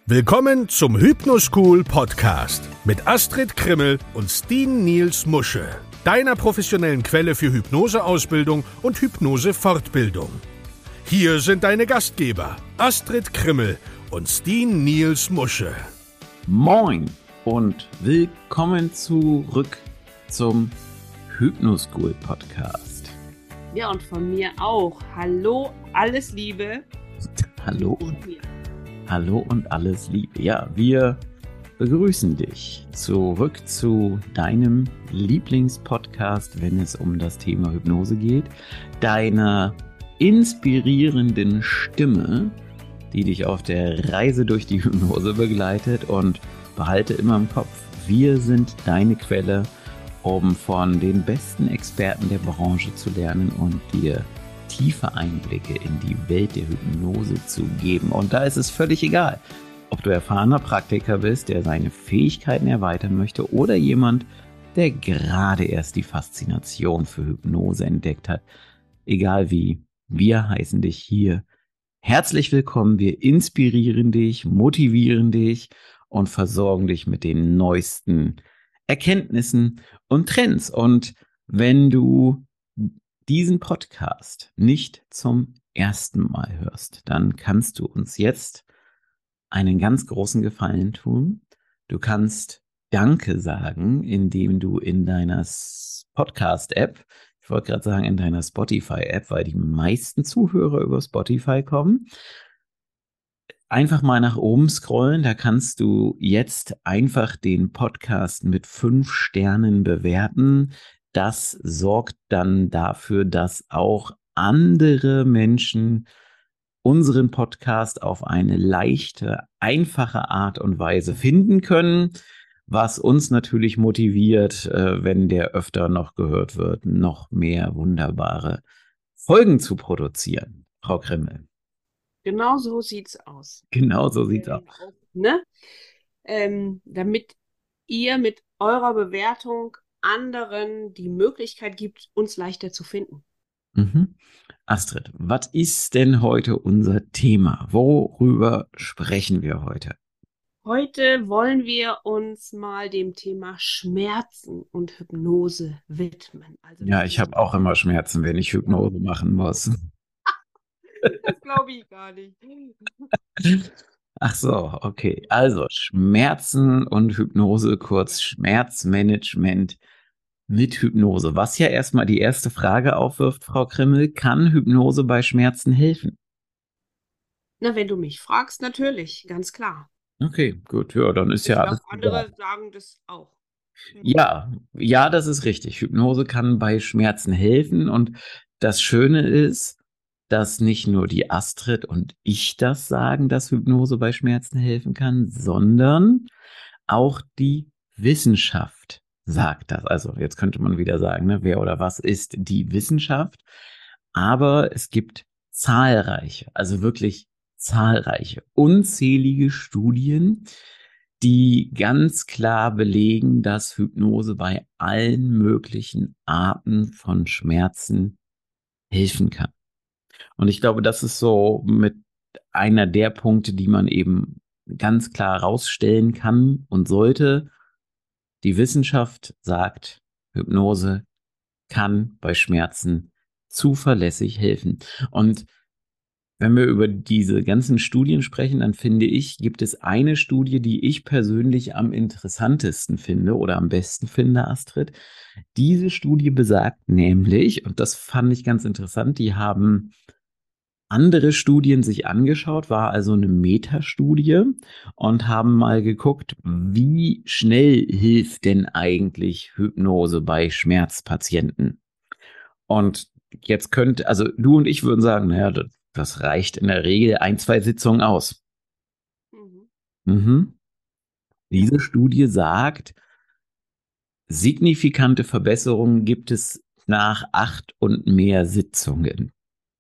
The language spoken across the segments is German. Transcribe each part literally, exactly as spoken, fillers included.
Willkommen zum Hypnoschool Podcast mit Astrid Krimmel und Steen Niels Musche, deiner professionellen Quelle für Hypnoseausbildung und Hypnosefortbildung. Hier sind deine Gastgeber Astrid Krimmel und Steen Niels Musche. Moin und willkommen zurück zum Hypnoschool Podcast. Ja, und von mir auch. Hallo, alles Liebe. Hallo und Hallo und alles Liebe. Ja, wir begrüßen dich zurück zu deinem Lieblingspodcast, wenn es um das Thema Hypnose geht. Deiner inspirierenden Stimme, die dich auf der Reise durch die Hypnose begleitet, und behalte immer im Kopf, wir sind deine Quelle, um von den besten Experten der Branche zu lernen und dir tiefe Einblicke in die Welt der Hypnose zu geben. Und da ist es völlig egal, ob du erfahrener Praktiker bist, der seine Fähigkeiten erweitern möchte, oder jemand, der gerade erst die Faszination für Hypnose entdeckt hat. Egal wie, wir heißen dich hier herzlich willkommen. Wir inspirieren dich, motivieren dich und versorgen dich mit den neuesten Erkenntnissen und Trends. Und wenn du diesen Podcast nicht zum ersten Mal hörst, dann kannst du uns jetzt einen ganz großen Gefallen tun. Du kannst Danke sagen, indem du in deiner Podcast-App, ich wollte gerade sagen in deiner Spotify-App, weil die meisten Zuhörer über Spotify kommen, einfach mal nach oben scrollen. Da kannst du jetzt einfach den Podcast mit fünf Sternen bewerten. Das sorgt dann dafür, dass auch andere Menschen unseren Podcast auf eine leichte, einfache Art und Weise finden können, was uns natürlich motiviert, wenn der öfter noch gehört wird, noch mehr wunderbare Folgen zu produzieren. Frau Krimmel. Genau so sieht's aus. Genau so sieht's aus. Ne? Ähm, damit ihr mit eurer Bewertung anderen die Möglichkeit gibt, uns leichter zu finden. Mhm. Astrid, was ist denn heute unser Thema? Worüber sprechen wir heute? Heute wollen wir uns mal dem Thema Schmerzen und Hypnose widmen. Also ja, ich habe auch immer Schmerzen, wenn ich Hypnose machen muss. Das glaube ich gar nicht. Ach so, okay. Also Schmerzen und Hypnose, kurz Schmerzmanagement mit Hypnose. Was ja erstmal die erste Frage aufwirft, Frau Krimmel, kann Hypnose bei Schmerzen helfen? Na, wenn du mich fragst, natürlich, ganz klar. Okay, gut, ja, dann ist ich ja glaub, alles. Andere klar. Sagen das auch. Ja, ja, das ist richtig. Hypnose kann bei Schmerzen helfen, und das Schöne ist, dass nicht nur die Astrid und ich das sagen, dass Hypnose bei Schmerzen helfen kann, sondern auch die Wissenschaft sagt das. Also jetzt könnte man wieder sagen, ne, wer oder was ist die Wissenschaft? Aber es gibt zahlreiche, also wirklich zahlreiche, unzählige Studien, die ganz klar belegen, dass Hypnose bei allen möglichen Arten von Schmerzen helfen kann. Und ich glaube, das ist so mit einer der Punkte, die man eben ganz klar rausstellen kann und sollte. Die Wissenschaft sagt, Hypnose kann bei Schmerzen zuverlässig helfen. Und wenn wir über diese ganzen Studien sprechen, dann finde ich, gibt es eine Studie, die ich persönlich am interessantesten finde oder am besten finde, Astrid. Diese Studie besagt nämlich, und das fand ich ganz interessant, die haben andere Studien sich angeschaut, war also eine Metastudie, und haben mal geguckt, wie schnell hilft denn eigentlich Hypnose bei Schmerzpatienten. Und jetzt könnte, also du und ich würden sagen, naja, das, das reicht in der Regel ein, zwei Sitzungen aus. Mhm. Mhm. Diese Studie sagt, signifikante Verbesserungen gibt es nach acht und mehr Sitzungen.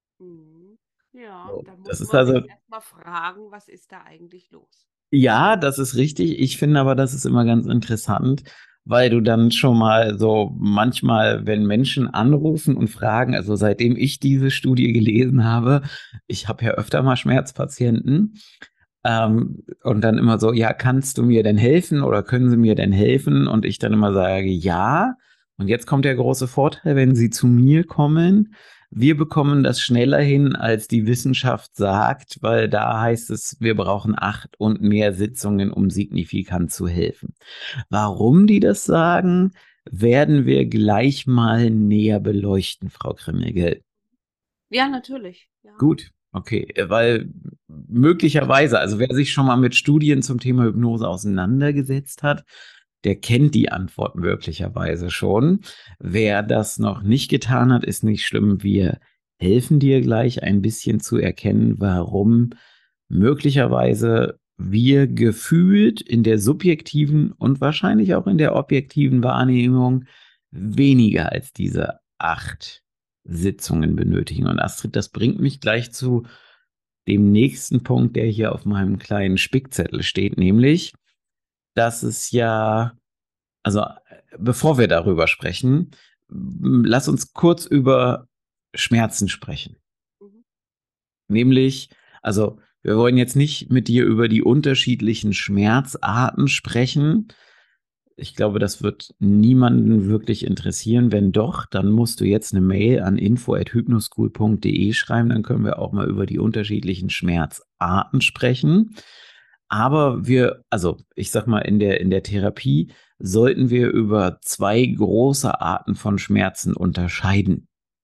Ja, so, da muss das ist man also sich erstmal fragen, was ist da eigentlich los? Ja, das ist richtig. Ich finde aber, das ist immer ganz interessant, weil du dann schon mal so manchmal, wenn Menschen anrufen und fragen, also seitdem ich diese Studie gelesen habe, ich habe ja öfter mal Schmerzpatienten, Ähm, und dann immer so, ja, kannst du mir denn helfen oder können Sie mir denn helfen? Und ich dann immer sage, ja. Und jetzt kommt der große Vorteil, wenn Sie zu mir kommen. Wir bekommen das schneller hin, als die Wissenschaft sagt, weil da heißt es, wir brauchen acht und mehr Sitzungen, um signifikant zu helfen. Warum die das sagen, werden wir gleich mal näher beleuchten, Frau Krimmel. Ja, natürlich. Ja. Gut, okay, weil möglicherweise, also wer sich schon mal mit Studien zum Thema Hypnose auseinandergesetzt hat, der kennt die Antwort möglicherweise schon. Wer das noch nicht getan hat, ist nicht schlimm. Wir helfen dir gleich ein bisschen zu erkennen, warum möglicherweise wir gefühlt in der subjektiven und wahrscheinlich auch in der objektiven Wahrnehmung weniger als diese acht Sitzungen benötigen. Und Astrid, das bringt mich gleich zu dem nächsten Punkt, der hier auf meinem kleinen Spickzettel steht, nämlich, dass es ja, also bevor wir darüber sprechen, lass uns kurz über Schmerzen sprechen. Mhm. Nämlich, also wir wollen jetzt nicht mit dir über die unterschiedlichen Schmerzarten sprechen. Ich glaube, das wird niemanden wirklich interessieren. Wenn doch, dann musst du jetzt eine Mail an info at hypnoschool punkt de schreiben. Dann können wir auch mal über die unterschiedlichen Schmerzarten sprechen. Aber wir, also ich sag mal, in der, in der Therapie sollten wir über zwei große Arten von Schmerzen unterscheiden.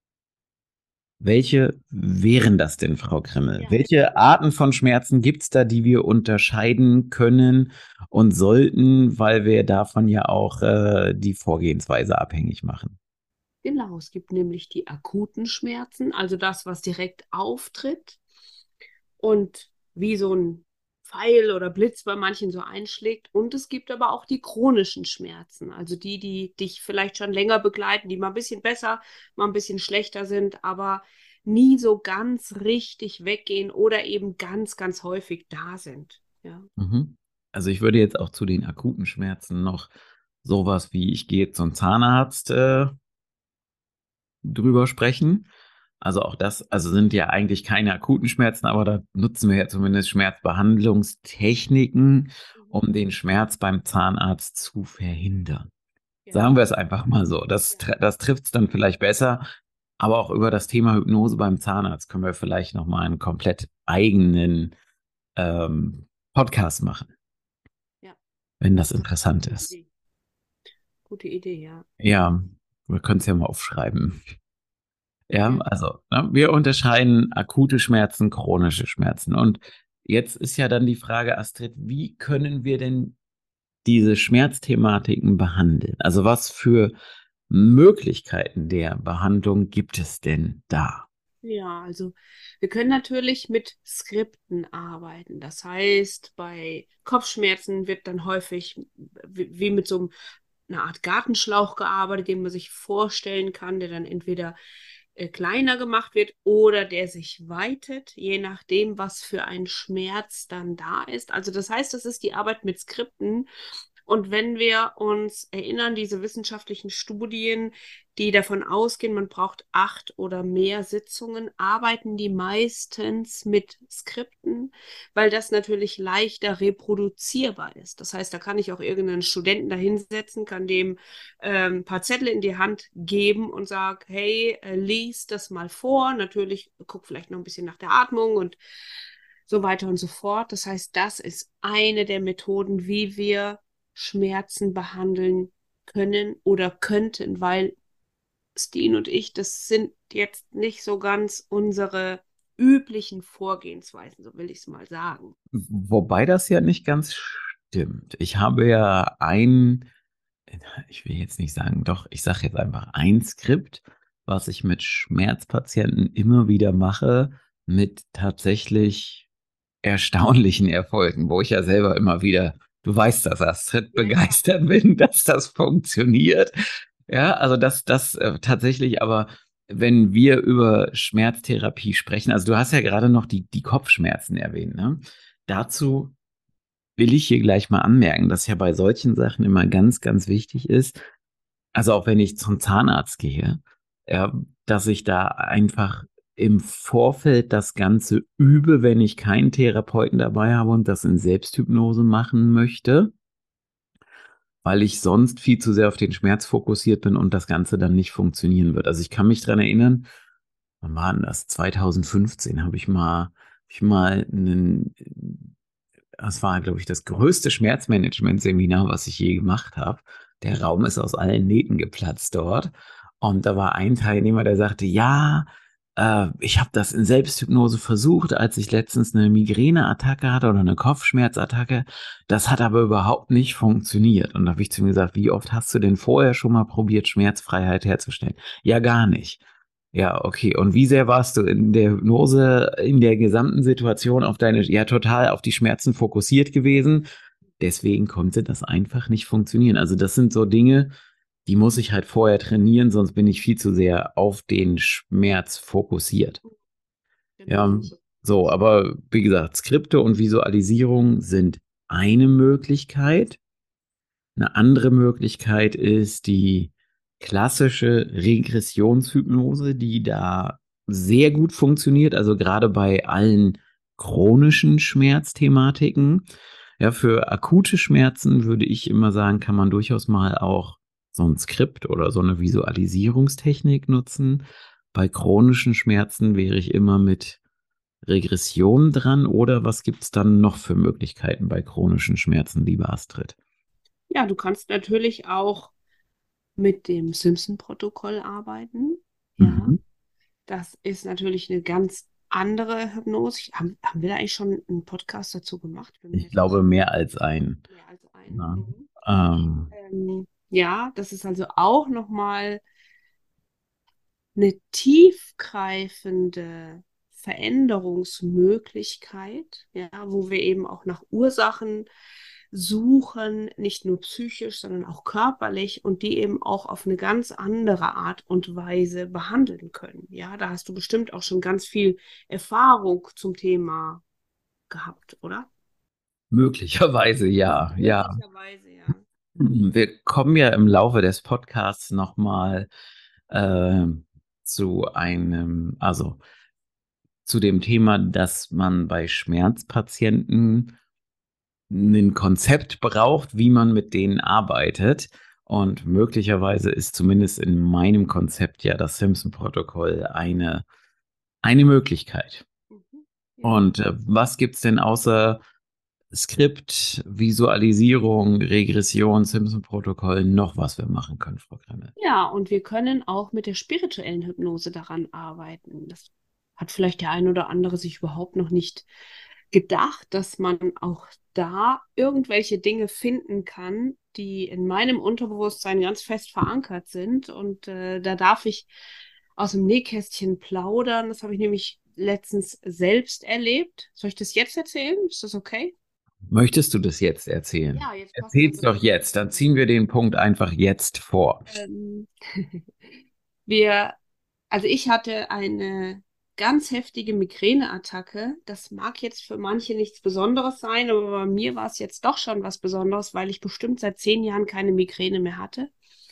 Welche wären das denn, Frau Krimmel? Ja. Welche Arten von Schmerzen gibt es da, die wir unterscheiden können und sollten, weil wir davon ja auch äh, die Vorgehensweise abhängig machen? Genau, es gibt nämlich die akuten Schmerzen, also das, was direkt auftritt und wie so ein Pfeil oder Blitz bei manchen so einschlägt. Und es gibt aber auch die chronischen Schmerzen, also die, die dich vielleicht schon länger begleiten, die mal ein bisschen besser, mal ein bisschen schlechter sind, aber nie so ganz richtig weggehen oder eben ganz, ganz häufig da sind. Ja. Mhm. Also ich würde jetzt auch zu den akuten Schmerzen noch sowas wie, ich gehe zum Zahnarzt äh, drüber sprechen. Also auch das, also sind ja eigentlich keine akuten Schmerzen, aber da nutzen wir ja zumindest Schmerzbehandlungstechniken, um den Schmerz beim Zahnarzt zu verhindern. Ja. Sagen wir es einfach mal so. Das, das trifft es dann vielleicht besser. Aber auch über das Thema Hypnose beim Zahnarzt können wir vielleicht nochmal einen komplett eigenen ähm, Podcast machen. Ja. Wenn das interessant ist. Idee. Gute Idee, ja. Ja, wir können es ja mal aufschreiben. Ja, also ne, wir unterscheiden akute Schmerzen, chronische Schmerzen. Und jetzt ist ja dann die Frage, Astrid, wie können wir denn diese Schmerzthematiken behandeln? Also was für Möglichkeiten der Behandlung gibt es denn da? Ja, also wir können natürlich mit Skripten arbeiten. Das heißt, bei Kopfschmerzen wird dann häufig wie, wie mit so einer Art Gartenschlauch gearbeitet, den man sich vorstellen kann, der dann entweder äh, kleiner gemacht wird oder der sich weitet, je nachdem, was für ein Schmerz dann da ist. Also das heißt, das ist die Arbeit mit Skripten. Und wenn wir uns erinnern, diese wissenschaftlichen Studien, die davon ausgehen, man braucht acht oder mehr Sitzungen, arbeiten die meistens mit Skripten, weil das natürlich leichter reproduzierbar ist. Das heißt, da kann ich auch irgendeinen Studenten da hinsetzen, kann dem ähm, ein paar Zettel in die Hand geben und sage, hey, äh, lies das mal vor. Natürlich guck vielleicht noch ein bisschen nach der Atmung und so weiter und so fort. Das heißt, das ist eine der Methoden, wie wir Schmerzen behandeln können oder könnten, weil Steen und ich, das sind jetzt nicht so ganz unsere üblichen Vorgehensweisen, so will ich es mal sagen. Wobei das ja nicht ganz stimmt. Ich habe ja ein, ich will jetzt nicht sagen, doch, ich sage jetzt einfach ein Skript, was ich mit Schmerzpatienten immer wieder mache, mit tatsächlich erstaunlichen Erfolgen, wo ich ja selber immer wieder, du weißt das, Astrid, ja, begeistert ja. bin, dass das funktioniert. Ja, also das, das äh, tatsächlich, aber wenn wir über Schmerztherapie sprechen, also du hast ja gerade noch die, die Kopfschmerzen erwähnt, ne? Dazu will ich hier gleich mal anmerken, dass ja bei solchen Sachen immer ganz, ganz wichtig ist, also auch wenn ich zum Zahnarzt gehe, ja, dass ich da einfach im Vorfeld das Ganze übe, wenn ich keinen Therapeuten dabei habe und das in Selbsthypnose machen möchte, weil ich sonst viel zu sehr auf den Schmerz fokussiert bin und das Ganze dann nicht funktionieren wird. Also ich kann mich dran erinnern, wann war denn das? zwanzig fünfzehn habe ich mal, hab ich mal einen, das war, glaube ich, das größte Schmerzmanagement-Seminar, was ich je gemacht habe. Der Raum ist aus allen Nähten geplatzt dort. Und da war ein Teilnehmer, der sagte, ja, äh, ich habe das in Selbsthypnose versucht, als ich letztens eine Migräneattacke hatte oder eine Kopfschmerzattacke. Das hat aber überhaupt nicht funktioniert. Und da habe ich zu ihm gesagt, wie oft hast du denn vorher schon mal probiert, Schmerzfreiheit herzustellen? Ja, gar nicht. Ja, okay. Und wie sehr warst du in der Hypnose, in der gesamten Situation auf deine, ja, total auf die Schmerzen fokussiert gewesen? Deswegen konnte das einfach nicht funktionieren. Also das sind so Dinge, die muss ich halt vorher trainieren, sonst bin ich viel zu sehr auf den Schmerz fokussiert. Ja, Genau. so, aber wie gesagt, Skripte und Visualisierung sind eine Möglichkeit. Eine andere Möglichkeit ist die klassische Regressionshypnose, die da sehr gut funktioniert, also gerade bei allen chronischen Schmerzthematiken. Ja, für akute Schmerzen würde ich immer sagen, kann man durchaus mal auch so ein Skript oder so eine Visualisierungstechnik nutzen. Bei chronischen Schmerzen wäre ich immer mit Regression dran, oder was gibt es dann noch für Möglichkeiten bei chronischen Schmerzen, liebe Astrid? Ja, du kannst natürlich auch mit dem Simpson-Protokoll arbeiten. Ja, Mhm. das ist natürlich eine ganz andere Hypnose. Ich, haben, haben wir da eigentlich schon einen Podcast dazu gemacht? Bin mir Ich jetzt nicht glaube, mehr als ein. mehr als einen. Ja, Mhm. ähm, Ähm, ja, das ist also auch nochmal eine tiefgreifende Veränderungsmöglichkeit, ja, wo wir eben auch nach Ursachen suchen, nicht nur psychisch, sondern auch körperlich und die eben auch auf eine ganz andere Art und Weise behandeln können. Ja, da hast du bestimmt auch schon ganz viel Erfahrung zum Thema gehabt, oder? möglicherweise ja, ja. Möglicherweise, ja. Wir kommen ja im Laufe des Podcasts nochmal äh, zu einem, also zu dem Thema, dass man bei Schmerzpatienten ein Konzept braucht, wie man mit denen arbeitet. Und möglicherweise ist zumindest in meinem Konzept ja das Simpson-Protokoll eine, eine Möglichkeit. Mhm. Ja. Und äh, was gibt's denn außer Skript, Visualisierung, Regression, Simpson-Protokoll noch, was wir machen können, Frau Kremmel? Ja, und wir können auch mit der spirituellen Hypnose daran arbeiten. Das hat vielleicht der ein oder andere sich überhaupt noch nicht gedacht, dass man auch da irgendwelche Dinge finden kann, die in meinem Unterbewusstsein ganz fest verankert sind. Und äh, da darf ich aus dem Nähkästchen plaudern. Das habe ich nämlich letztens selbst erlebt. Soll ich das jetzt erzählen? Ist das okay? Möchtest du das jetzt erzählen? Ja, jetzt passt Erzähl's also. doch jetzt, dann ziehen wir den Punkt einfach jetzt vor. Ähm, wir, also ich hatte eine ganz heftige Migräneattacke. Das mag jetzt für manche nichts Besonderes sein, aber bei mir war es jetzt doch schon was Besonderes, weil ich bestimmt seit zehn Jahren keine Migräne mehr hatte.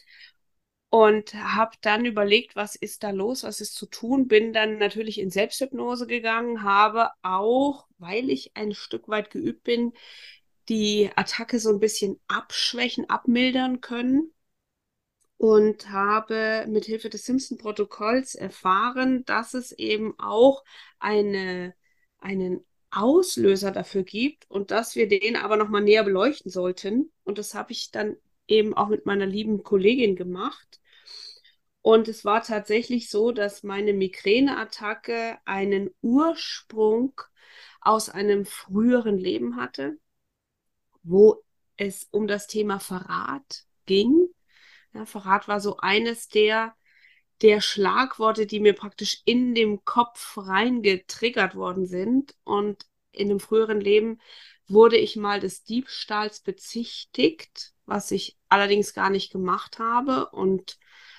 Und habe dann überlegt, was ist da los, was ist zu tun. Bin dann natürlich in Selbsthypnose gegangen, habe auch, weil ich ein Stück weit geübt bin, die Attacke so ein bisschen abschwächen, abmildern können und habe mit Hilfe des Simpson-Protokolls erfahren, dass es eben auch eine, einen Auslöser dafür gibt und dass wir den aber nochmal näher beleuchten sollten. Und das habe ich dann eben auch mit meiner lieben Kollegin gemacht. Und es war tatsächlich so, dass meine Migräneattacke einen Ursprung aus einem früheren Leben hatte, wo es um das Thema Verrat ging. Ja, Verrat war so eines der, der Schlagworte, die mir praktisch in dem Kopf reingetriggert worden sind. Und in einem früheren Leben wurde ich mal des Diebstahls bezichtigt, was ich allerdings gar nicht gemacht habe. Und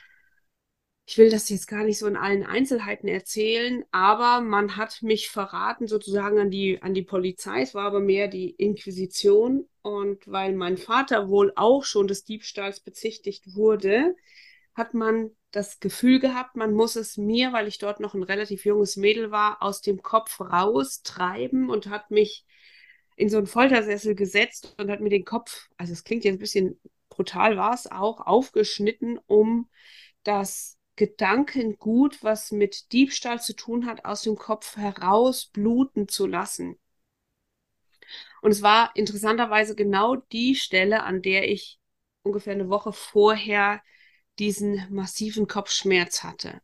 ich will das jetzt gar nicht so in allen Einzelheiten erzählen, aber man hat mich verraten sozusagen an die, an die Polizei. Es war aber mehr die Inquisition. Und weil mein Vater wohl auch schon des Diebstahls bezichtigt wurde, hat man das Gefühl gehabt, man muss es mir, weil ich dort noch ein relativ junges Mädel war, aus dem Kopf raustreiben und hat mich in so einen Foltersessel gesetzt und hat mir den Kopf, also es klingt jetzt ein bisschen brutal, war es auch, aufgeschnitten, um das Gedankengut, was mit Diebstahl zu tun hat, aus dem Kopf heraus bluten zu lassen. Und es war interessanterweise genau die Stelle, an der ich ungefähr eine Woche vorher diesen massiven Kopfschmerz hatte.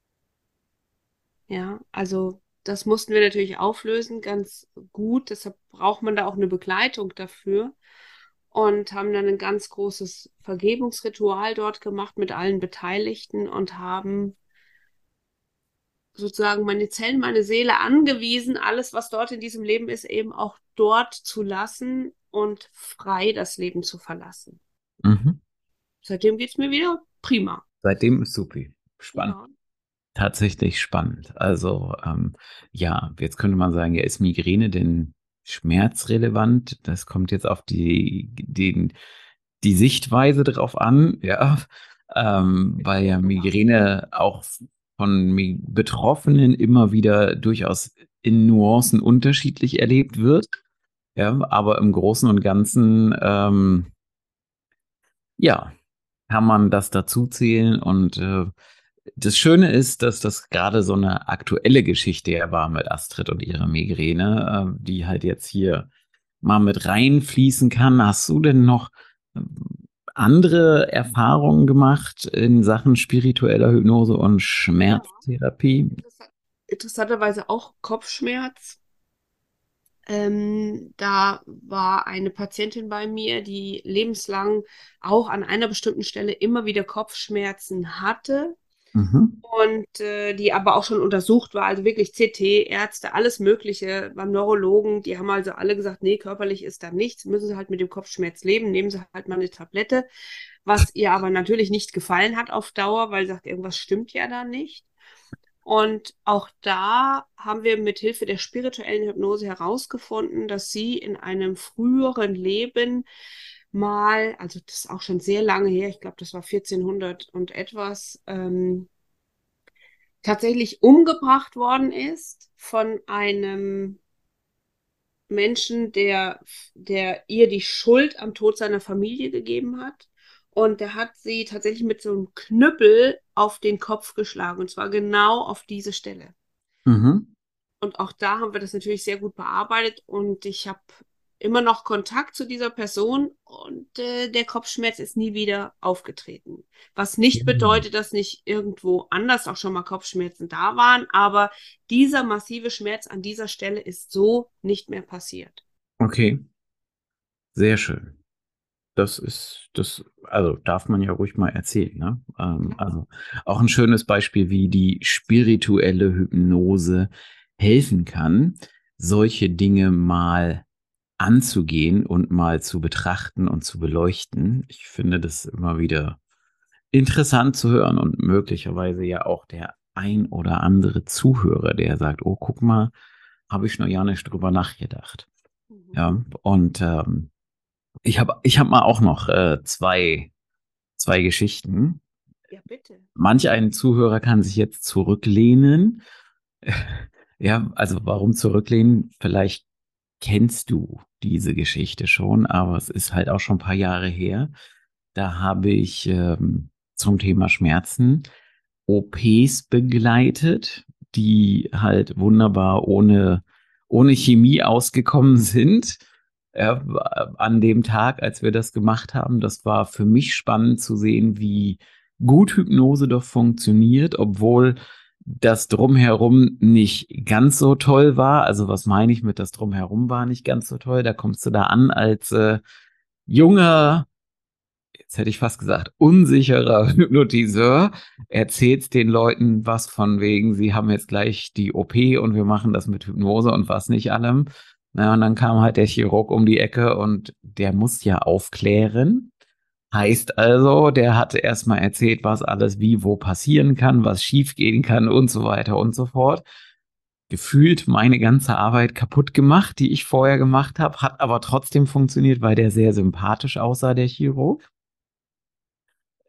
Ja, also das mussten wir natürlich auflösen, ganz gut. Deshalb braucht man da auch eine Begleitung dafür. Und haben dann ein ganz großes Vergebungsritual dort gemacht mit allen Beteiligten und haben sozusagen meine Zellen, meine Seele angewiesen, alles, was dort in diesem Leben ist, eben auch dort zu lassen und frei das Leben zu verlassen. Mhm. Seitdem geht es mir wieder prima. Seitdem ist super. Spannend. Ja. Tatsächlich spannend. Also ähm, ja, jetzt könnte man sagen, ja, ist Migräne denn schmerzrelevant? Das kommt jetzt auf die, den, die Sichtweise drauf an, ja, ähm, weil ja Migräne auch von Mi- Betroffenen immer wieder durchaus in Nuancen unterschiedlich erlebt wird. Ja, aber im Großen und Ganzen, ähm, ja, kann man das dazu zählen. Und äh, das Schöne ist, dass das gerade so eine aktuelle Geschichte ja war mit Astrid und ihrer Migräne, äh, die halt jetzt hier mal mit reinfließen kann. Hast du denn noch äh, andere Erfahrungen gemacht in Sachen spiritueller Hypnose und Schmerztherapie? Interessant, interessanterweise auch Kopfschmerz. Ähm, da war eine Patientin bei mir, die lebenslang auch an einer bestimmten Stelle immer wieder Kopfschmerzen hatte Mhm. und äh, die aber auch schon untersucht war, also wirklich C T, Ärzte, alles Mögliche beim Neurologen. Die haben also alle gesagt, nee, körperlich ist da nichts, müssen Sie halt mit dem Kopfschmerz leben, nehmen Sie halt mal eine Tablette, was ihr aber natürlich nicht gefallen hat auf Dauer, weil sie sagt, irgendwas stimmt ja da nicht. Und auch da haben wir mit Hilfe der spirituellen Hypnose herausgefunden, dass sie in einem früheren Leben mal, also das ist auch schon sehr lange her, ich glaube, das war vierzehnhundert und etwas, ähm, tatsächlich umgebracht worden ist von einem Menschen, der, der ihr die Schuld am Tod seiner Familie gegeben hat. Und der hat sie tatsächlich mit so einem Knüppel auf den Kopf geschlagen. Und zwar genau auf diese Stelle. Mhm. Und auch da haben wir das natürlich sehr gut bearbeitet. Und ich habe immer noch Kontakt zu dieser Person. Und äh, der Kopfschmerz ist nie wieder aufgetreten. Was nicht bedeutet, dass nicht irgendwo anders auch schon mal Kopfschmerzen da waren. Aber dieser massive Schmerz an dieser Stelle ist so nicht mehr passiert. Okay, sehr schön. Das ist, das, also darf man ja ruhig mal erzählen, ne? Ähm, also auch ein schönes Beispiel, wie die spirituelle Hypnose helfen kann, solche Dinge mal anzugehen und mal zu betrachten und zu beleuchten. Ich finde das immer wieder interessant zu hören und möglicherweise ja auch der ein oder andere Zuhörer, der sagt, oh, guck mal, habe ich noch ja nicht drüber nachgedacht. Mhm. Ja, und ähm, ich habe ich hab mal auch noch äh, zwei, zwei Geschichten. Ja, bitte. Manch ein Zuhörer kann sich jetzt zurücklehnen. Ja, also warum zurücklehnen? Vielleicht kennst du diese Geschichte schon, aber es ist halt auch schon ein paar Jahre her. Da habe ich ähm, zum Thema Schmerzen O Ps begleitet, die halt wunderbar ohne, ohne Chemie ausgekommen sind. Ja, an dem Tag, als wir das gemacht haben, das war für mich spannend zu sehen, wie gut Hypnose doch funktioniert, obwohl das Drumherum nicht ganz so toll war. Also was meine ich mit das Drumherum war nicht ganz so toll? Da kommst du da an als äh, junger, jetzt hätte ich fast gesagt, unsicherer Hypnotiseur, erzählst den Leuten was von wegen, sie haben jetzt gleich die O P und wir machen das mit Hypnose und was nicht allem. Na, und dann kam halt der Chirurg um die Ecke und der muss ja aufklären. Heißt also, der hat erstmal erzählt, was alles wie wo passieren kann, was schief gehen kann und so weiter und so fort. Gefühlt meine ganze Arbeit kaputt gemacht, die ich vorher gemacht habe, hat aber trotzdem funktioniert, weil der sehr sympathisch aussah, der Chirurg.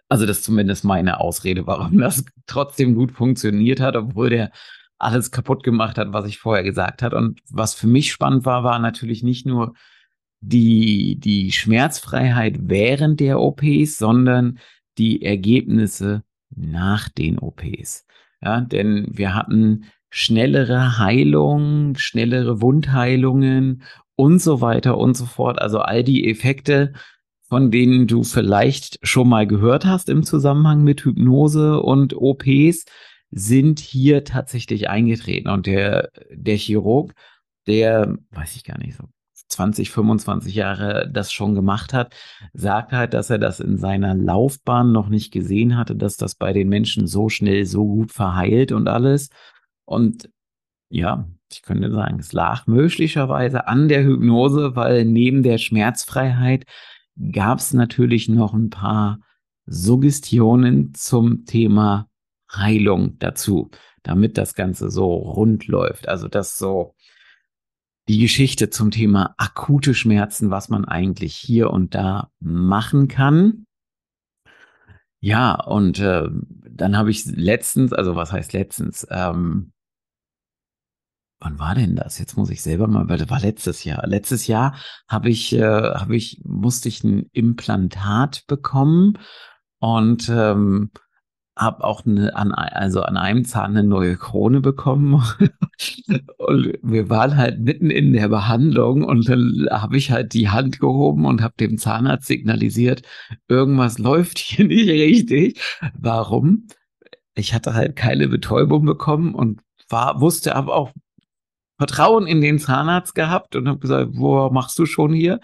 Also das ist zumindest meine Ausrede, warum das trotzdem gut funktioniert hat, obwohl der alles kaputt gemacht hat, was ich vorher gesagt habe. Und was für mich spannend war, war natürlich nicht nur die, die Schmerzfreiheit während der O Ps, sondern die Ergebnisse nach den O Ps. Ja, denn wir hatten schnellere Heilung, schnellere Wundheilungen und so weiter und so fort. Also all die Effekte, von denen du vielleicht schon mal gehört hast im Zusammenhang mit Hypnose und O Ps, sind hier tatsächlich eingetreten. Und der, der Chirurg, der, weiß ich gar nicht, so zwanzig, fünfundzwanzig Jahre das schon gemacht hat, sagt halt, dass er das in seiner Laufbahn noch nicht gesehen hatte, dass das bei den Menschen so schnell, so gut verheilt und alles. Und ja, ich könnte sagen, es lag möglicherweise an der Hypnose, weil neben der Schmerzfreiheit gab es natürlich noch ein paar Suggestionen zum Thema Heilung dazu, damit das Ganze so rund läuft. Also das so die Geschichte zum Thema akute Schmerzen, was man eigentlich hier und da machen kann. Ja, und äh, dann habe ich letztens, also was heißt letztens, ähm, wann war denn das? Jetzt muss ich selber mal, weil das war letztes Jahr. Letztes Jahr habe ich, äh, habe ich, musste ich ein Implantat bekommen und ähm, habe auch eine, an, also an einem Zahn eine neue Krone bekommen. Und wir waren halt mitten in der Behandlung und dann habe ich halt die Hand gehoben und habe dem Zahnarzt signalisiert, irgendwas läuft hier nicht richtig. Warum? Ich hatte halt keine Betäubung bekommen und war, wusste aber auch Vertrauen in den Zahnarzt gehabt und habe gesagt, wo machst du schon hier?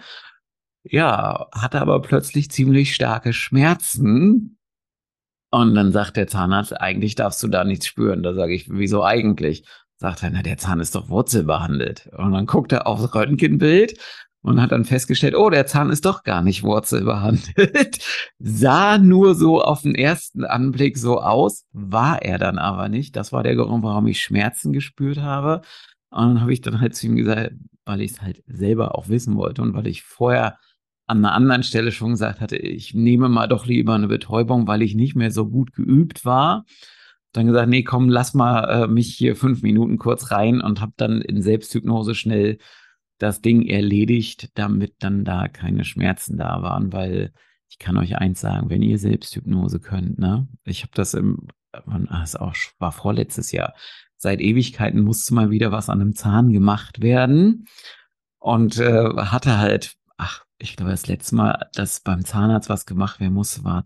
Ja, hatte aber plötzlich ziemlich starke Schmerzen. Und dann sagt der Zahnarzt, eigentlich darfst du da nichts spüren. Da sage ich, wieso eigentlich? Sagt er, na, der Zahn ist doch wurzelbehandelt. Und dann guckt er aufs Röntgenbild und hat dann festgestellt, oh, der Zahn ist doch gar nicht wurzelbehandelt. Sah nur so auf den ersten Anblick so aus, war er dann aber nicht. Das war der Grund, warum ich Schmerzen gespürt habe. Und dann habe ich dann halt zu ihm gesagt, weil ich es halt selber auch wissen wollte und weil ich vorher an einer anderen Stelle schon gesagt hatte, ich nehme mal doch lieber eine Betäubung, weil ich nicht mehr so gut geübt war. Dann gesagt, nee, komm, lass mal äh, mich hier fünf Minuten kurz rein und habe dann in Selbsthypnose schnell das Ding erledigt, damit dann da keine Schmerzen da waren, weil ich kann euch eins sagen, wenn ihr Selbsthypnose könnt, ne, ich habe das im, das auch, war vorletztes Jahr, seit Ewigkeiten musste mal wieder was an einem Zahn gemacht werden und äh, hatte halt, ach, ich glaube, das letzte Mal, dass beim Zahnarzt was gemacht werden musste, war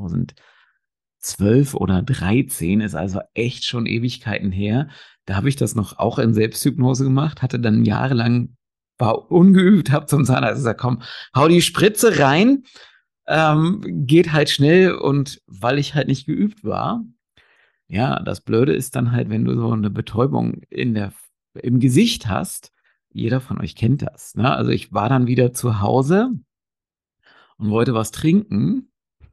zweitausendzwölf oder dreizehn, ist also echt schon Ewigkeiten her. Da habe ich das noch auch in Selbsthypnose gemacht, hatte dann jahrelang, war ungeübt, habe zum Zahnarzt gesagt, komm, hau die Spritze rein, ähm, geht halt schnell und weil ich halt nicht geübt war, ja, das Blöde ist dann halt, wenn du so eine Betäubung in der, im Gesicht hast, jeder von euch kennt das, ne? Also ich war dann wieder zu Hause und wollte was trinken.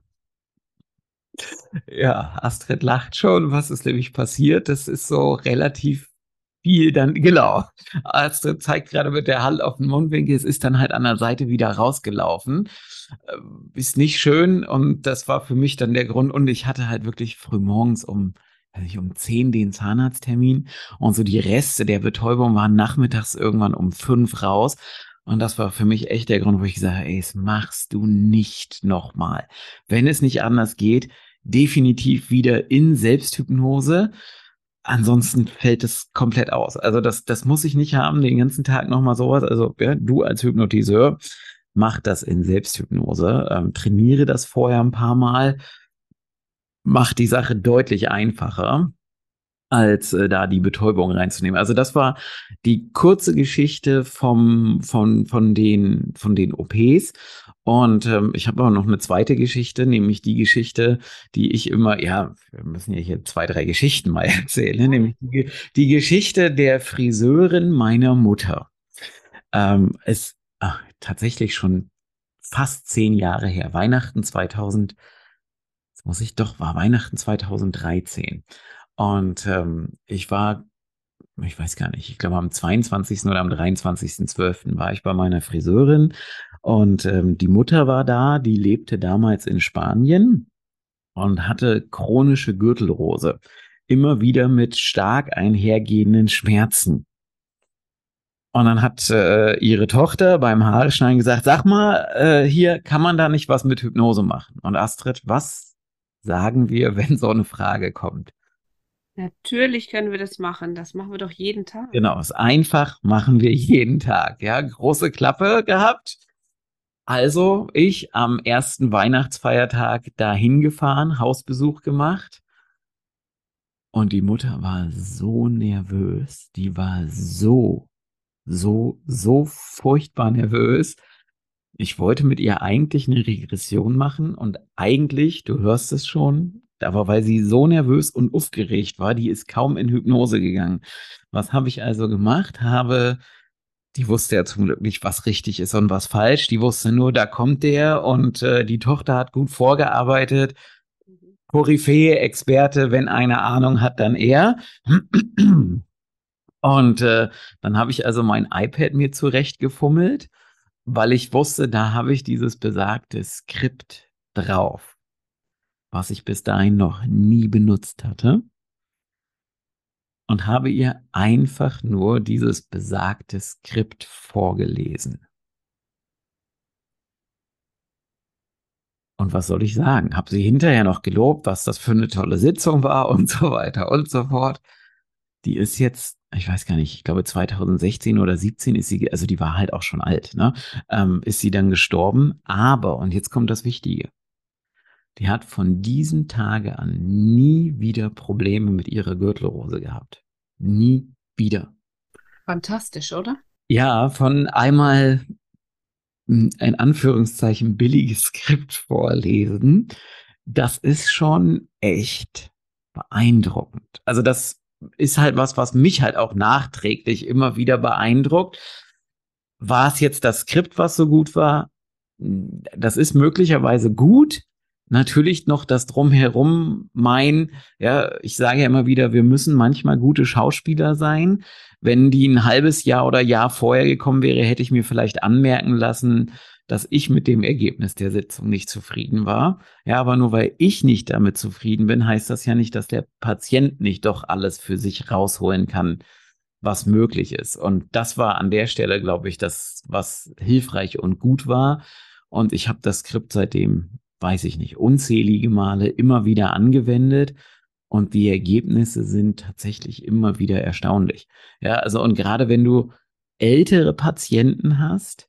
Ja, Astrid lacht schon. Was ist nämlich passiert? Das ist so relativ viel dann, genau. Astrid zeigt gerade mit der Hand auf den Mundwinkel. Es ist dann halt an der Seite wieder rausgelaufen. Ähm, Ist nicht schön und das war für mich dann der Grund. Und ich hatte halt wirklich früh morgens um, weiß ich, um zehn den Zahnarzttermin und so die Reste der Betäubung waren nachmittags irgendwann um fünf raus. Und das war für mich echt der Grund, wo ich gesagt habe, ey, das machst du nicht nochmal. Wenn es nicht anders geht, definitiv wieder in Selbsthypnose. Ansonsten fällt es komplett aus. Also das, das muss ich nicht haben, den ganzen Tag nochmal sowas. Also ja, du als Hypnotiseur, mach das in Selbsthypnose. Ähm, trainiere das vorher ein paar Mal. Mach die Sache deutlich einfacher, als äh, da die Betäubung reinzunehmen. Also das war die kurze Geschichte vom, von, von, den, von den O Ps. Und ähm, ich habe aber noch eine zweite Geschichte, nämlich die Geschichte, die ich immer, ja, wir müssen ja hier zwei, drei Geschichten mal erzählen, ne? Nämlich die, die Geschichte der Friseurin meiner Mutter. Ähm, ist ach, tatsächlich schon fast zehn Jahre her, Weihnachten zweitausend, jetzt muss ich doch, war Weihnachten zweitausenddreizehn. Und ähm, ich war, ich weiß gar nicht, ich glaube am zweiundzwanzigsten oder am dreiundzwanzigsten zwölften war ich bei meiner Friseurin und ähm, die Mutter war da, die lebte damals in Spanien und hatte chronische Gürtelrose. Immer wieder mit stark einhergehenden Schmerzen. Und dann hat äh, ihre Tochter beim Haareschneiden gesagt, sag mal, äh, hier kann man da nicht was mit Hypnose machen? Und Astrid, was sagen wir, wenn so eine Frage kommt? Natürlich können wir das machen. Das machen wir doch jeden Tag. Genau, es einfach machen wir jeden Tag. Ja, große Klappe gehabt. Also ich am ersten Weihnachtsfeiertag dahin gefahren, Hausbesuch gemacht. Und die Mutter war so nervös. Die war so, so, so furchtbar nervös. Ich wollte mit ihr eigentlich eine Regression machen und eigentlich, du hörst es schon, aber weil sie so nervös und aufgeregt war, die ist kaum in Hypnose gegangen. Was habe ich also gemacht? Habe, die wusste ja zum Glück nicht, was richtig ist und was falsch. Die wusste nur, da kommt der und äh, die Tochter hat gut vorgearbeitet. Koryphäe, Experte, wenn eine Ahnung hat, dann er. Und äh, dann habe ich also mein iPad mir zurechtgefummelt, weil ich wusste, da habe ich dieses besagte Skript drauf, was ich bis dahin noch nie benutzt hatte. Und habe ihr einfach nur dieses besagte Skript vorgelesen. Und was soll ich sagen? Habe sie hinterher noch gelobt, was das für eine tolle Sitzung war und so weiter und so fort. Die ist jetzt, ich weiß gar nicht, ich glaube zwanzig sechzehn oder siebzehn ist sie, also die war halt auch schon alt, ne? Ähm, ist sie dann gestorben. Aber, und jetzt kommt das Wichtige, die hat von diesem Tage an nie wieder Probleme mit ihrer Gürtelrose gehabt. Nie wieder. Fantastisch, oder? Ja, von einmal ein Anführungszeichen billiges Skript vorlesen, das ist schon echt beeindruckend. Also das ist halt was, was mich halt auch nachträglich immer wieder beeindruckt. War es jetzt das Skript, was so gut war? Das ist möglicherweise gut. Natürlich noch das Drumherum mein, ja, ich sage ja immer wieder, wir müssen manchmal gute Schauspieler sein. Wenn die ein halbes Jahr oder Jahr vorher gekommen wäre, hätte ich mir vielleicht anmerken lassen, dass ich mit dem Ergebnis der Sitzung nicht zufrieden war. Ja, aber nur weil ich nicht damit zufrieden bin, heißt das ja nicht, dass der Patient nicht doch alles für sich rausholen kann, was möglich ist. Und das war an der Stelle, glaube ich, das, was hilfreich und gut war. Und ich habe das Skript seitdem, weiß ich nicht, unzählige Male immer wieder angewendet. Und die Ergebnisse sind tatsächlich immer wieder erstaunlich. Ja, also und gerade wenn du ältere Patienten hast,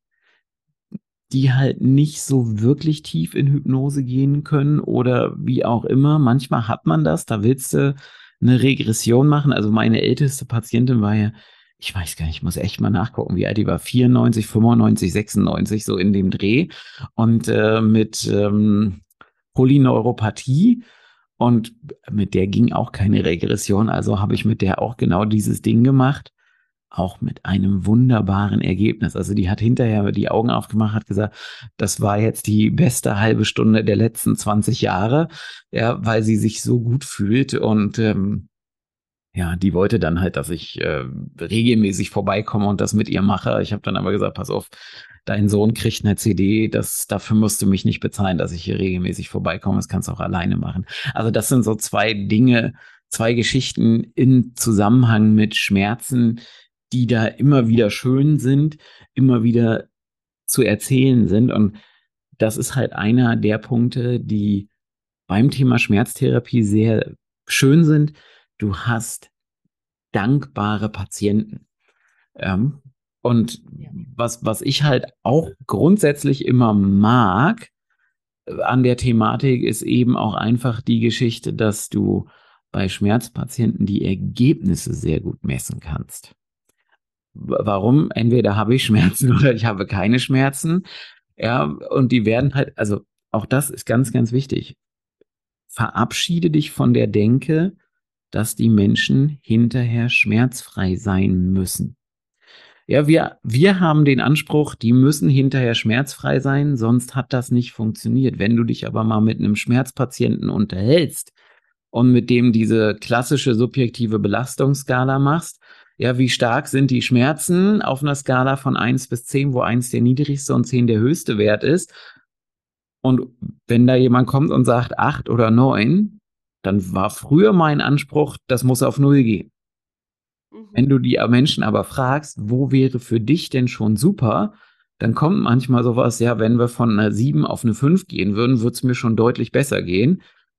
die halt nicht so wirklich tief in Hypnose gehen können oder wie auch immer, manchmal hat man das, da willst du eine Regression machen. Also meine älteste Patientin war ja, ich weiß gar nicht, ich muss echt mal nachgucken, wie alt die war, vierundneunzig, fünfundneunzig, sechsundneunzig, so in dem Dreh und äh, mit ähm, Polyneuropathie. Und mit der ging auch keine Regression, also habe ich mit der auch genau dieses Ding gemacht, auch mit einem wunderbaren Ergebnis. Also die hat hinterher die Augen aufgemacht, hat gesagt, das war jetzt die beste halbe Stunde der letzten zwanzig Jahre, ja, weil sie sich so gut fühlt und ähm, ja, die wollte dann halt, dass ich äh, regelmäßig vorbeikomme und das mit ihr mache. Ich habe dann aber gesagt, pass auf, dein Sohn kriegt eine C D, das, dafür musst du mich nicht bezahlen, dass ich hier regelmäßig vorbeikomme. Das kannst du auch alleine machen. Also das sind so zwei Dinge, zwei Geschichten in Zusammenhang mit Schmerzen, die da immer wieder schön sind, immer wieder zu erzählen sind. Und das ist halt einer der Punkte, die beim Thema Schmerztherapie sehr schön sind. Du hast dankbare Patienten. Ähm, und ja. was, was ich halt auch grundsätzlich immer mag an der Thematik, ist eben auch einfach die Geschichte, dass du bei Schmerzpatienten die Ergebnisse sehr gut messen kannst. Warum? Entweder habe ich Schmerzen oder ich habe keine Schmerzen. Ja, und die werden halt, also auch das ist ganz, ganz wichtig. Verabschiede dich von der Denke, dass die Menschen hinterher schmerzfrei sein müssen. Ja, wir, wir haben den Anspruch, die müssen hinterher schmerzfrei sein, sonst hat das nicht funktioniert. Wenn du dich aber mal mit einem Schmerzpatienten unterhältst und mit dem diese klassische subjektive Belastungsskala machst, ja, wie stark sind die Schmerzen auf einer Skala von eins bis zehn, wo eins der niedrigste und zehn der höchste Wert ist? Und wenn da jemand kommt und sagt acht oder neun, dann war früher mein Anspruch, das muss auf null gehen. Mhm. Wenn du die Menschen aber fragst, wo wäre für dich denn schon super, dann kommt manchmal sowas, ja, wenn wir von einer sieben auf eine fünf gehen würden, würde es mir schon deutlich besser gehen.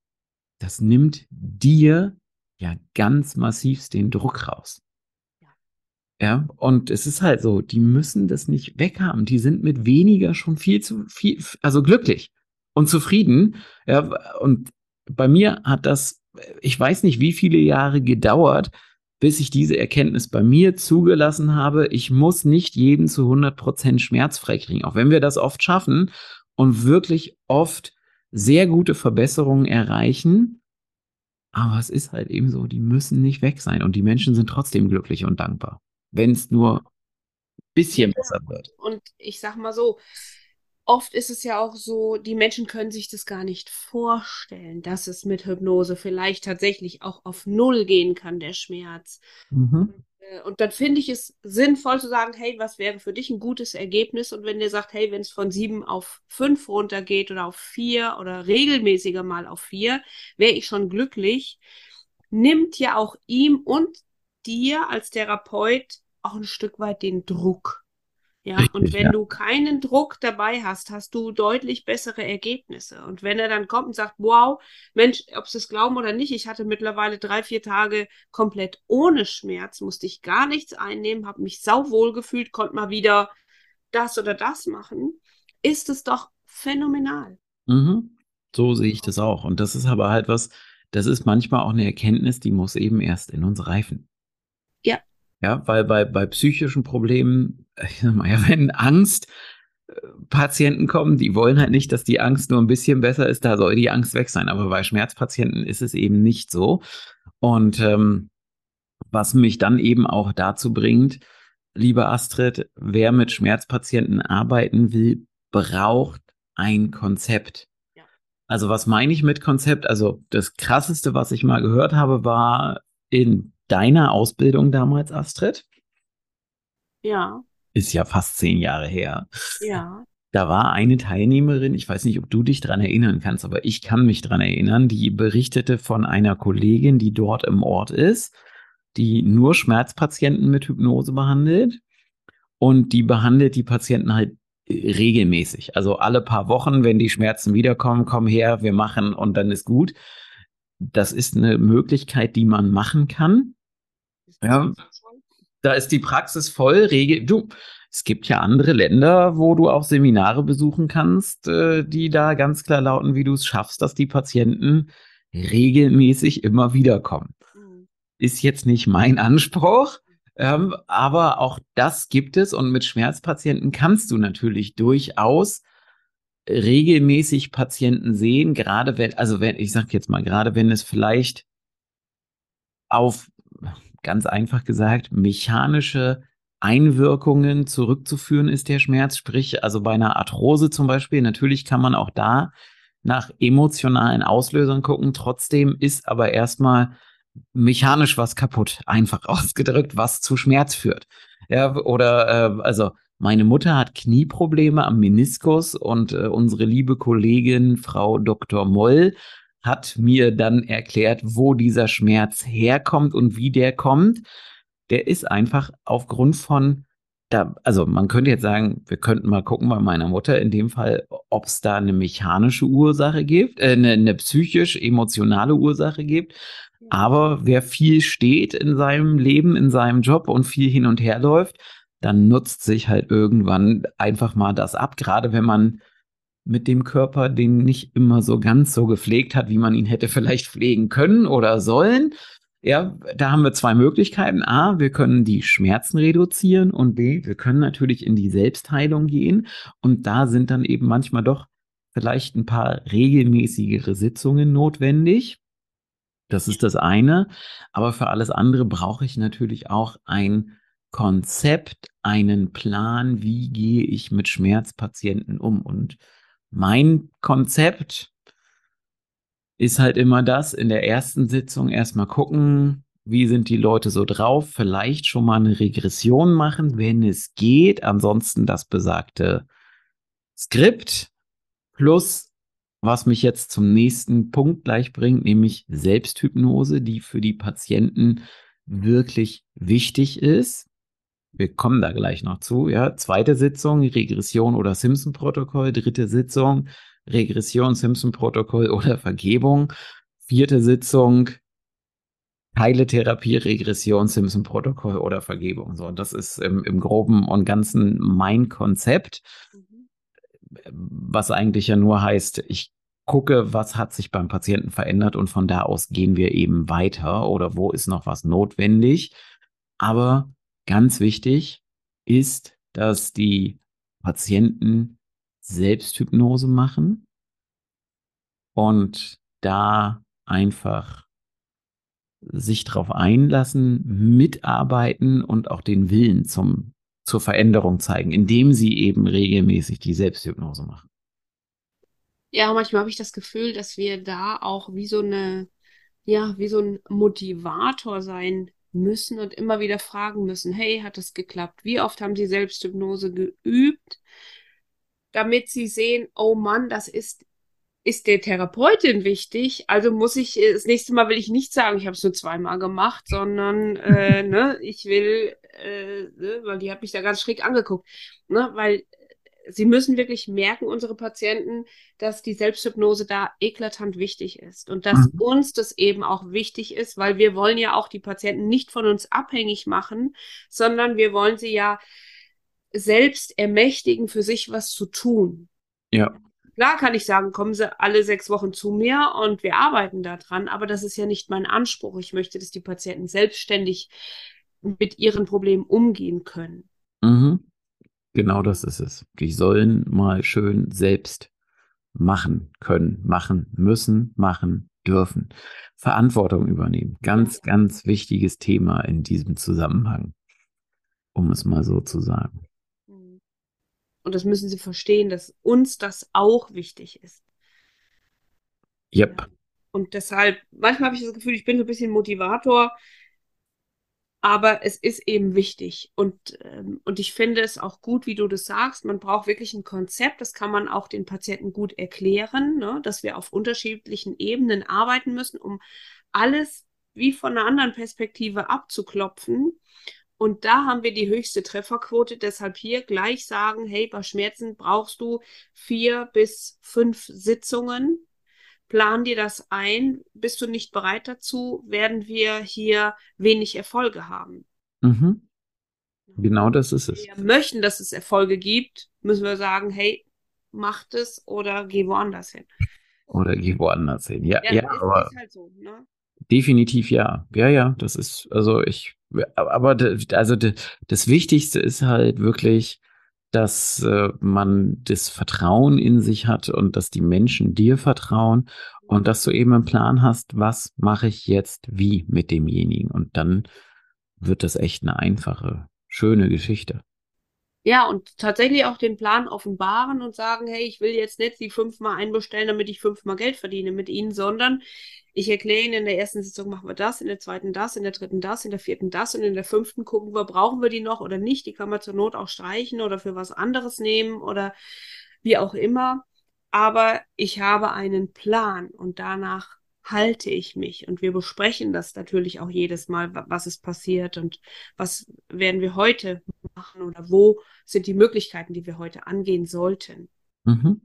Das nimmt dir ja ganz massivst den Druck raus. Ja. Ja, und es ist halt so, die müssen das nicht weghaben. Die sind mit weniger schon viel zu viel, also glücklich und zufrieden. Ja, und bei mir hat das, ich weiß nicht, wie viele Jahre gedauert, bis ich diese Erkenntnis bei mir zugelassen habe. Ich muss nicht jeden zu hundert Prozent schmerzfrei kriegen, auch wenn wir das oft schaffen und wirklich oft sehr gute Verbesserungen erreichen. Aber es ist halt eben so, die müssen nicht weg sein und die Menschen sind trotzdem glücklich und dankbar, wenn es nur ein bisschen Ja. besser wird. Und ich sag mal so, oft ist es ja auch so, die Menschen können sich das gar nicht vorstellen, dass es mit Hypnose vielleicht tatsächlich auch auf Null gehen kann, der Schmerz. Mhm. Äh, Und dann finde ich es sinnvoll zu sagen, hey, was wäre für dich ein gutes Ergebnis? Und wenn der sagt, hey, wenn es von sieben auf fünf runtergeht oder auf vier oder regelmäßiger mal auf vier, wäre ich schon glücklich, nimmt ja auch ihm und dir als Therapeut auch ein Stück weit den Druck. Ja, und Richtig, wenn ja. du keinen Druck dabei hast, hast du deutlich bessere Ergebnisse. Und wenn er dann kommt und sagt, wow, Mensch, ob sie es glauben oder nicht, ich hatte mittlerweile drei, vier Tage komplett ohne Schmerz, musste ich gar nichts einnehmen, habe mich sauwohl gefühlt, konnte mal wieder das oder das machen, ist es doch phänomenal. Mhm. So sehe ich das auch. Und das ist aber halt was, das ist manchmal auch eine Erkenntnis, die muss eben erst in uns reifen. Ja. Ja, weil bei, bei psychischen Problemen, ich sag mal, ja, wenn Angst äh, Patienten kommen, die wollen halt nicht, dass die Angst nur ein bisschen besser ist, da soll die Angst weg sein. Aber bei Schmerzpatienten ist es eben nicht so. Und ähm, was mich dann eben auch dazu bringt, liebe Astrid, wer mit Schmerzpatienten arbeiten will, braucht ein Konzept. Ja. Also was meine ich mit Konzept? Also das Krasseste, was ich mal gehört habe, war in deiner Ausbildung damals, Astrid. Ja, Ist ja fast zehn Jahre her. ja. Da war eine Teilnehmerin, ich weiß nicht, ob du dich dran erinnern kannst, aber ich kann mich dran erinnern, die berichtete von einer Kollegin, die dort im Ort ist, die nur Schmerzpatienten mit Hypnose behandelt und die behandelt die Patienten halt regelmäßig. Also alle paar Wochen, wenn die Schmerzen wiederkommen, komm her, wir machen und dann ist gut. Das ist eine Möglichkeit, die man machen kann. Ja, da ist die Praxis voll. Regel du, es gibt ja andere Länder, wo du auch Seminare besuchen kannst, äh, die da ganz klar lauten, wie du es schaffst, dass die Patienten regelmäßig immer wiederkommen. Mhm. Ist jetzt nicht mein Anspruch, ähm, aber auch das gibt es und mit Schmerzpatienten kannst du natürlich durchaus regelmäßig Patienten sehen, gerade wenn, also wenn, ich sag jetzt mal, gerade wenn es vielleicht auf, ganz einfach gesagt, mechanische Einwirkungen zurückzuführen ist, der Schmerz. Sprich, also bei einer Arthrose zum Beispiel, natürlich kann man auch da nach emotionalen Auslösern gucken. Trotzdem ist aber erstmal mechanisch was kaputt, einfach ausgedrückt, was zu Schmerz führt. Ja, oder äh, also meine Mutter hat Knieprobleme am Meniskus und äh, unsere liebe Kollegin Frau Doktor Moll hat mir dann erklärt, wo dieser Schmerz herkommt und wie der kommt. Der ist einfach aufgrund von, da, also man könnte jetzt sagen, wir könnten mal gucken bei meiner Mutter in dem Fall, ob es da eine mechanische Ursache gibt, äh, eine, eine psychisch-emotionale Ursache gibt. Aber wer viel steht in seinem Leben, in seinem Job und viel hin und her läuft, dann nutzt sich halt irgendwann einfach mal das ab, gerade wenn man mit dem Körper den nicht immer so ganz so gepflegt hat, wie man ihn hätte vielleicht pflegen können oder sollen. Ja, da haben wir zwei Möglichkeiten. A, wir können die Schmerzen reduzieren und B, wir können natürlich in die Selbstheilung gehen. Und da sind dann eben manchmal doch vielleicht ein paar regelmäßigere Sitzungen notwendig. Das ist das eine. Aber für alles andere brauche ich natürlich auch ein Konzept, einen Plan, wie gehe ich mit Schmerzpatienten um. Und mein Konzept ist halt immer das, in der ersten Sitzung erstmal gucken, wie sind die Leute so drauf, vielleicht schon mal eine Regression machen, wenn es geht, ansonsten das besagte Skript plus was mich jetzt zum nächsten Punkt gleich bringt, nämlich Selbsthypnose, die für die Patienten wirklich wichtig ist. Wir kommen da gleich noch zu. Ja, zweite Sitzung, Regression oder Simpson-Protokoll. Dritte Sitzung, Regression, Simpson-Protokoll oder Vergebung. Vierte Sitzung, Heiletherapie, Regression, Simpson-Protokoll oder Vergebung. So, das ist im, im Groben und Ganzen mein Konzept, mhm. was eigentlich ja nur heißt, ich gucke, was hat sich beim Patienten verändert und von da aus gehen wir eben weiter oder wo ist noch was notwendig. Aber ganz wichtig ist, dass die Patienten Selbsthypnose machen und da einfach sich drauf einlassen, mitarbeiten und auch den Willen zum, zur Veränderung zeigen, indem sie eben regelmäßig die Selbsthypnose machen. Ja, manchmal habe ich das Gefühl, dass wir da auch wie so eine, ja, wie so ein Motivator sein müssen und immer wieder fragen müssen, hey, hat das geklappt? Wie oft haben Sie Selbsthypnose geübt, damit Sie sehen, oh Mann, das ist ist der Therapeutin wichtig, also muss ich, das nächste Mal will ich nicht sagen, ich habe es nur zweimal gemacht, sondern äh, ne, ich will, äh, ne, weil die hat mich da ganz schräg angeguckt, ne, weil sie müssen wirklich merken, unsere Patienten, dass die Selbsthypnose da eklatant wichtig ist und dass mhm. uns das eben auch wichtig ist, weil wir wollen ja auch die Patienten nicht von uns abhängig machen, sondern wir wollen sie ja selbst ermächtigen, für sich was zu tun. Ja. Klar kann ich sagen, kommen Sie alle sechs Wochen zu mir und wir arbeiten daran, aber das ist ja nicht mein Anspruch. Ich möchte, dass die Patienten selbstständig mit ihren Problemen umgehen können. Mhm. Genau das ist es. Die sollen mal schön selbst machen können, machen müssen, machen dürfen. Verantwortung übernehmen. Ganz, ganz wichtiges Thema in diesem Zusammenhang, um es mal so zu sagen. Und das müssen Sie verstehen, dass uns das auch wichtig ist. Yep. Und deshalb, manchmal habe ich das Gefühl, ich bin so ein bisschen Motivator, aber es ist eben wichtig. Und, ähm, und ich finde es auch gut, wie du das sagst. Man braucht wirklich ein Konzept, das kann man auch den Patienten gut erklären, ne? Dass wir auf unterschiedlichen Ebenen arbeiten müssen, um alles wie von einer anderen Perspektive abzuklopfen. Und da haben wir die höchste Trefferquote, deshalb hier gleich sagen, hey, bei Schmerzen brauchst du vier bis fünf Sitzungen. Plan dir das ein. Bist du nicht bereit dazu, werden wir hier wenig Erfolge haben. Mhm. Genau das ist es. Wenn wir möchten, dass es Erfolge gibt, müssen wir sagen, hey, mach das oder geh woanders hin. Oder geh woanders hin. Ja, ja, ja ist, aber ist halt so, ne? Definitiv ja. Ja, ja, das ist, also ich, aber also das Wichtigste ist halt wirklich, dass äh, man das Vertrauen in sich hat und dass die Menschen dir vertrauen und dass du eben einen Plan hast, was mache ich jetzt wie mit demjenigen. Und dann wird das echt eine einfache, schöne Geschichte. Ja, und tatsächlich auch den Plan offenbaren und sagen, hey, ich will jetzt nicht die fünfmal einbestellen, damit ich fünfmal Geld verdiene mit Ihnen, sondern ich erkläre Ihnen, in der ersten Sitzung machen wir das, in der zweiten das, in der dritten das, in der vierten das und in der fünften gucken wir, brauchen wir die noch oder nicht. Die kann man zur Not auch streichen oder für was anderes nehmen oder wie auch immer. Aber ich habe einen Plan und danach halte ich mich. Und wir besprechen das natürlich auch jedes Mal, was ist passiert und was werden wir heute machen oder wo sind die Möglichkeiten, die wir heute angehen sollten. Mhm.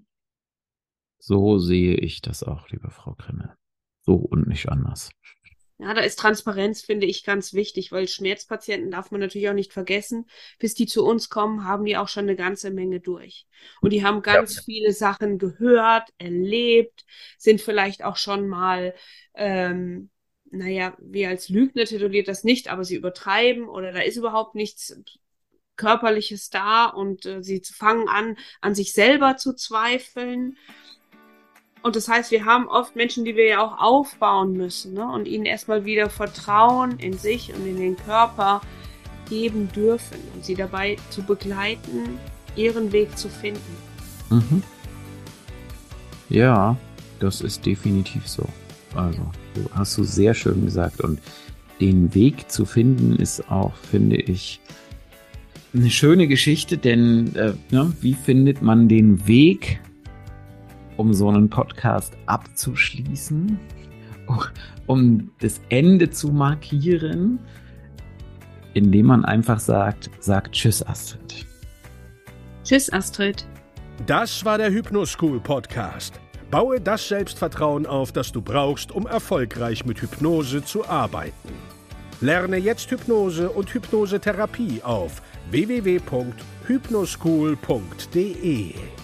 So sehe ich das auch, liebe Frau Krimmel. So und nicht anders. Ja, da ist Transparenz, finde ich, ganz wichtig, weil Schmerzpatienten darf man natürlich auch nicht vergessen. Bis die zu uns kommen, haben die auch schon eine ganze Menge durch. Und die haben ganz ja. viele Sachen gehört, erlebt, sind vielleicht auch schon mal, ähm, naja, wir als Lügner tituliert das nicht, aber sie übertreiben oder da ist überhaupt nichts Körperliches da und äh, sie fangen an, an sich selber zu zweifeln. Und das heißt, wir haben oft Menschen, die wir ja auch aufbauen müssen, ne? Und ihnen erstmal wieder Vertrauen in sich und in den Körper geben dürfen und sie dabei zu begleiten, ihren Weg zu finden. Mhm. Ja, das ist definitiv so. Also, du hast du sehr schön gesagt. Und den Weg zu finden ist auch, finde ich, eine schöne Geschichte, denn äh, ne, wie findet man den Weg, um so einen Podcast abzuschließen, um das Ende zu markieren, indem man einfach sagt, sagt Tschüss, Astrid. Tschüss, Astrid. Das war der Hypnoschool Podcast. Baue das Selbstvertrauen auf, das du brauchst, um erfolgreich mit Hypnose zu arbeiten. Lerne jetzt Hypnose und Hypnosetherapie auf w w w punkt hypnoschool punkt d e.